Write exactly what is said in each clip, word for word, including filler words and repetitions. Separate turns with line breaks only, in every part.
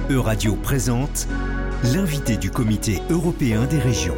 Euradio présente l'invité du Comité européen des régions.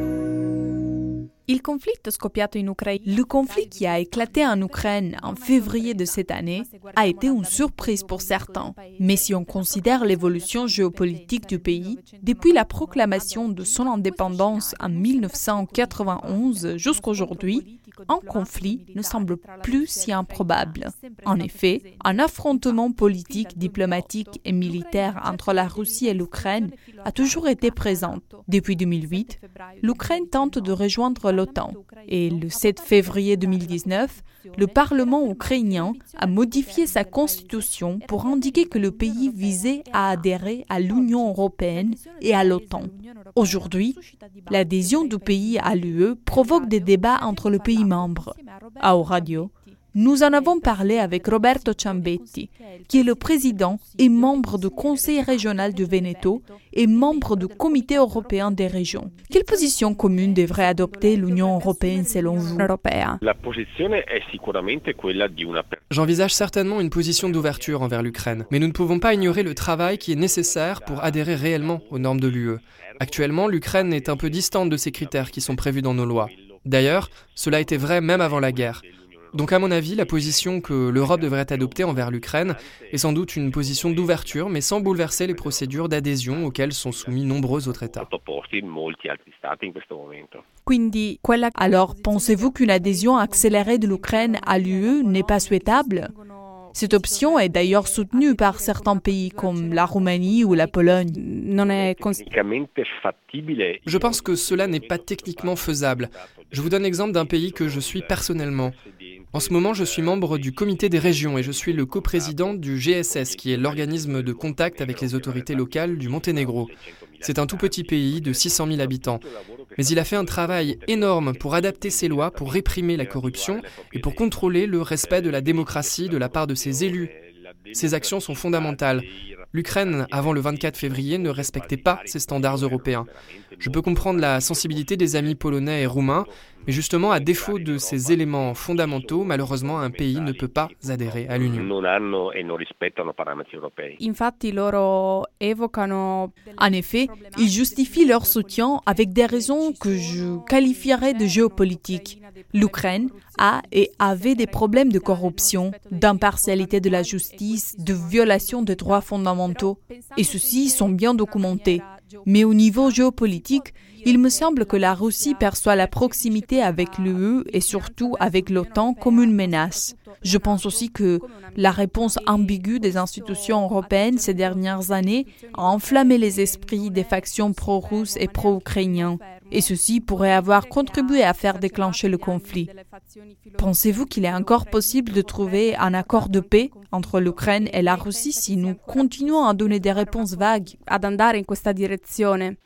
Il conflitto scoppiato in Ucraina. Le conflit qui a éclaté en Ukraine en février de cette année a été une surprise pour certains. Mais si on considère l'évolution géopolitique du pays, depuis la proclamation de son indépendance en dix-neuf cent quatre-vingt-onze jusqu'à aujourd'hui, un conflit ne semble plus si improbable. En effet, un affrontement politique, diplomatique et militaire entre la Russie et l'Ukraine a toujours été présent. Depuis deux mille huit, l'Ukraine tente de rejoindre l'OTAN. Et le sept février deux mille dix-neuf, le Parlement ukrainien a modifié sa constitution pour indiquer que le pays visait à adhérer à l'Union européenne et à l'OTAN. Aujourd'hui, l'adhésion du pays à l'U E provoque des débats entre les pays membres. À Euradio, nous en avons parlé avec Roberto Ciambetti, qui est le président et membre du Conseil régional du Veneto et membre du Comité européen des régions. Quelle position commune devrait adopter l'Union européenne selon vous?
J'envisage certainement une position d'ouverture envers l'Ukraine, mais nous ne pouvons pas ignorer le travail qui est nécessaire pour adhérer réellement aux normes de l'U E. Actuellement, l'Ukraine est un peu distante de ces critères qui sont prévus dans nos lois. D'ailleurs, cela était vrai même avant la guerre. Donc à mon avis, la position que l'Europe devrait adopter envers l'Ukraine est sans doute une position d'ouverture, mais sans bouleverser les procédures d'adhésion auxquelles sont soumis nombreux autres États.
Quindi, alors, pensez-vous qu'une adhésion accélérée de l'Ukraine à l'U E n'est pas souhaitable? Cette option est d'ailleurs soutenue par certains pays comme la Roumanie ou la Pologne. Non est cons-
Je pense que cela n'est pas techniquement faisable. Je vous donne l'exemple d'un pays que je suis personnellement. En ce moment, je suis membre du Comité des régions et je suis le coprésident du G S S, qui est l'organisme de contact avec les autorités locales du Monténégro. C'est un tout petit pays de six cent mille habitants. Mais il a fait un travail énorme pour adapter ses lois, pour réprimer la corruption et pour contrôler le respect de la démocratie de la part de ses élus. Ces actions sont fondamentales. L'Ukraine, avant le vingt-quatre février, ne respectait pas ces standards européens. Je peux comprendre la sensibilité des amis polonais et roumains, mais justement, à défaut de ces éléments fondamentaux, malheureusement, un pays ne peut pas adhérer à l'Union.
Infatti loro evocano... En effet, ils justifient leur soutien avec des raisons que je qualifierais de géopolitiques. L'Ukraine a et avait des problèmes de corruption, d'impartialité de la justice, de violation des droits fondamentaux. Et ceux-ci sont bien documentés. Mais au niveau géopolitique, il me semble que la Russie perçoit la proximité avec l'U E et surtout avec l'OTAN comme une menace. Je pense aussi que la réponse ambiguë des institutions européennes ces dernières années a enflammé les esprits des factions pro-russes et pro-ukrainiens. Et ceci pourrait avoir contribué à faire déclencher le conflit. Pensez-vous qu'il est encore possible de trouver un accord de paix entre l'Ukraine et la Russie si nous continuons à donner des réponses vagues ad andare in questa direzione?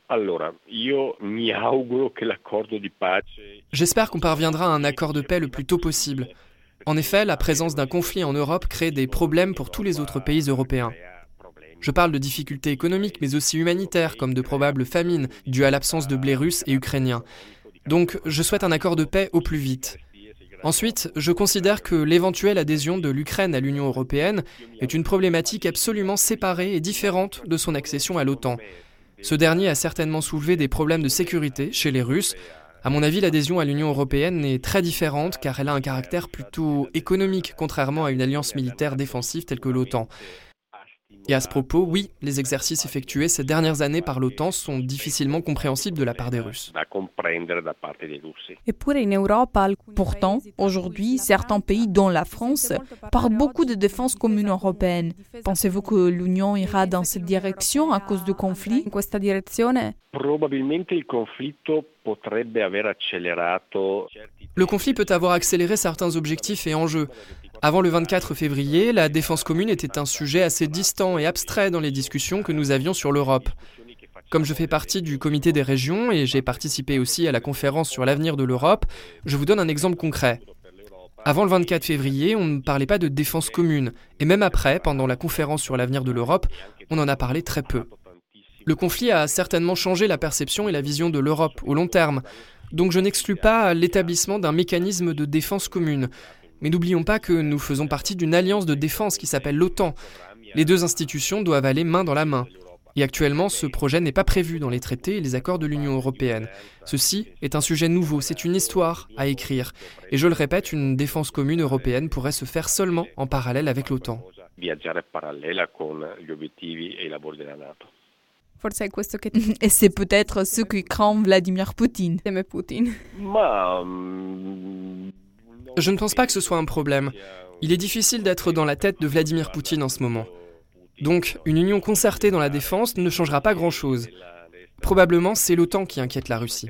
J'espère qu'on parviendra à un accord de paix le plus tôt possible. En effet, la présence d'un conflit en Europe crée des problèmes pour tous les autres pays européens. Je parle de difficultés économiques, mais aussi humanitaires, comme de probables famines dues à l'absence de blé russe et ukrainien. Donc, je souhaite un accord de paix au plus vite. Ensuite, je considère que l'éventuelle adhésion de l'Ukraine à l'Union européenne est une problématique absolument séparée et différente de son accession à l'OTAN. Ce dernier a certainement soulevé des problèmes de sécurité chez les Russes. À mon avis, l'adhésion à l'Union européenne est très différente car elle a un caractère plutôt économique, contrairement à une alliance militaire défensive telle que l'OTAN. Et à ce propos, oui, les exercices effectués ces dernières années par l'OTAN sont difficilement compréhensibles de la part des Russes.
Pourtant, aujourd'hui, certains pays, dont la France, parlent beaucoup de défense commune européenne. Pensez-vous que l'Union ira dans cette direction à cause du conflit?
Le conflit peut avoir accéléré certains objectifs et enjeux. Avant le vingt-quatre février, la défense commune était un sujet assez distant et abstrait dans les discussions que nous avions sur l'Europe. Comme je fais partie du Comité des régions et j'ai participé aussi à la conférence sur l'avenir de l'Europe, je vous donne un exemple concret. Avant le vingt-quatre février, on ne parlait pas de défense commune, et même après, pendant la conférence sur l'avenir de l'Europe, on en a parlé très peu. Le conflit a certainement changé la perception et la vision de l'Europe au long terme, donc je n'exclus pas l'établissement d'un mécanisme de défense commune. Mais n'oublions pas que nous faisons partie d'une alliance de défense qui s'appelle l'OTAN. Les deux institutions doivent aller main dans la main. Et actuellement, ce projet n'est pas prévu dans les traités et les accords de l'Union européenne. Ceci est un sujet nouveau, c'est une histoire à écrire. Et je le répète, une défense commune européenne pourrait se faire seulement en parallèle avec l'OTAN.
Et c'est peut-être ce que craint Vladimir Poutine.
Je ne pense pas que ce soit un problème. Il est difficile d'être dans la tête de Vladimir Poutine en ce moment. Donc, une union concertée dans la défense ne changera pas grand-chose. Probablement, c'est l'OTAN qui inquiète la Russie.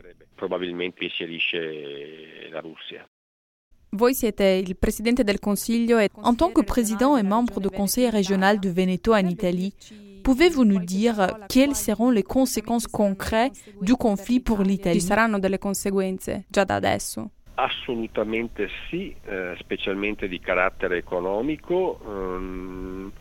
En tant que président et membre du conseil régional de Veneto en Italie, pouvez-vous nous dire quelles seront les conséquences concrètes du conflit pour l'Italie?
Ci saranno delle conseguenze già da adesso?
Assolutamente sì, eh, specialmente di carattere economico. Um,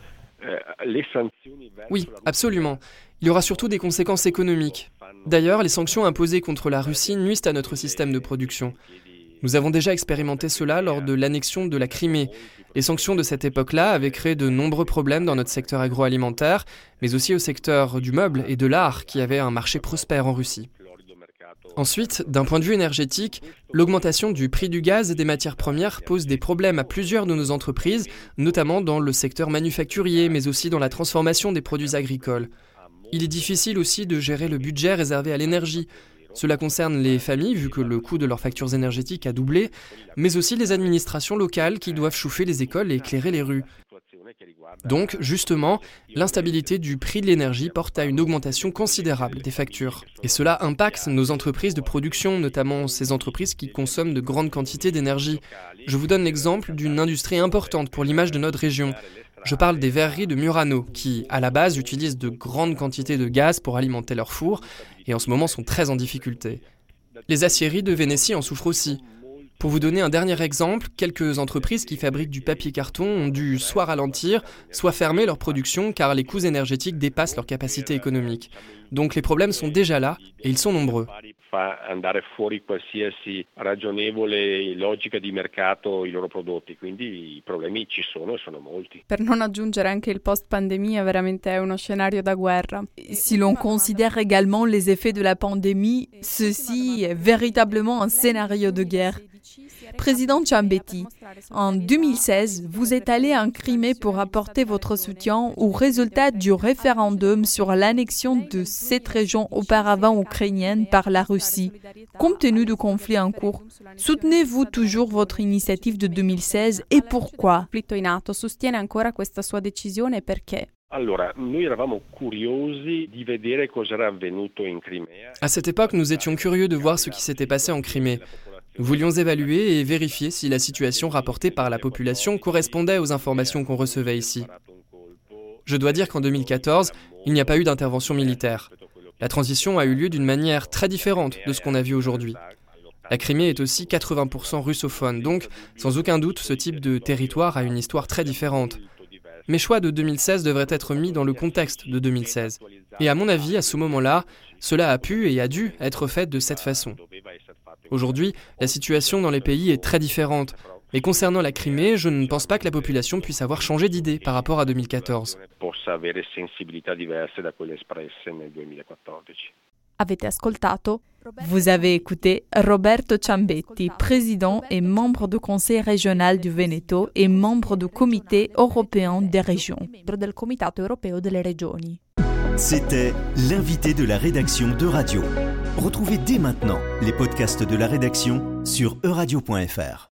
Oui, absolument. Il y aura surtout des conséquences économiques. D'ailleurs, les sanctions imposées contre la Russie nuisent à notre système de production. Nous avons déjà expérimenté cela lors de l'annexion de la Crimée. Les sanctions de cette époque-là avaient créé de nombreux problèmes dans notre secteur agroalimentaire, mais aussi au secteur du meuble et de l'art, qui avait un marché prospère en Russie. Ensuite, d'un point de vue énergétique, l'augmentation du prix du gaz et des matières premières pose des problèmes à plusieurs de nos entreprises, notamment dans le secteur manufacturier, mais aussi dans la transformation des produits agricoles. Il est difficile aussi de gérer le budget réservé à l'énergie. Cela concerne les familles, vu que le coût de leurs factures énergétiques a doublé, mais aussi les administrations locales qui doivent chauffer les écoles et éclairer les rues. Donc, justement, l'instabilité du prix de l'énergie porte à une augmentation considérable des factures. Et cela impacte nos entreprises de production, notamment ces entreprises qui consomment de grandes quantités d'énergie. Je vous donne l'exemple d'une industrie importante pour l'image de notre région. Je parle des verreries de Murano, qui, à la base, utilisent de grandes quantités de gaz pour alimenter leurs fours, et en ce moment sont très en difficulté. Les aciéries de Vénétie en souffrent aussi. Pour vous donner un dernier exemple, quelques entreprises qui fabriquent du papier carton ont dû soit ralentir, soit fermer leur production car les coûts énergétiques dépassent leur capacité économique. Donc les problèmes sont déjà là et ils sont nombreux.
Per non aggiungere anche il post-pandemia, veramente è uno scenario da guerra.
Si l'on considère également les effets de la pandémie, ceci est véritablement un scénario de guerre. Président Ciambetti, en deux mille seize, vous êtes allé en Crimée pour apporter votre soutien au résultat du référendum sur l'annexion de cette région auparavant ukrainienne par la Russie. Compte tenu du conflit en cours, soutenez-vous toujours votre initiative de deux mille seize et pourquoi?
Il conflitto in atto sostiene ancora questa sua decisione perché?
Allora, noi eravamo curiosi di vedere cosa era avvenuto in Crimea.
À cette époque, nous étions curieux de voir ce qui s'était passé en Crimée. Nous voulions évaluer et vérifier si la situation rapportée par la population correspondait aux informations qu'on recevait ici. Je dois dire qu'en deux mille quatorze, il n'y a pas eu d'intervention militaire. La transition a eu lieu d'une manière très différente de ce qu'on a vu aujourd'hui. La Crimée est aussi quatre-vingts pour cent russophone, donc sans aucun doute ce type de territoire a une histoire très différente. Mes choix de deux mille seize devraient être mis dans le contexte de deux mille seize. Et à mon avis, à ce moment-là, cela a pu et a dû être fait de cette façon. Aujourd'hui, la situation dans les pays est très différente. Mais concernant la Crimée, je ne pense pas que la population puisse avoir changé d'idée par rapport à deux mille quatorze.
Avete ascoltato? Vous avez écouté Roberto Ciambetti, président et membre du Conseil régional du Veneto et membre du Comité européen des régions.
Del Comitato Europeo delle Regioni.
C'était l'invité de la rédaction d'Euradio. Retrouvez dès maintenant les podcasts de la rédaction sur euradio point f r.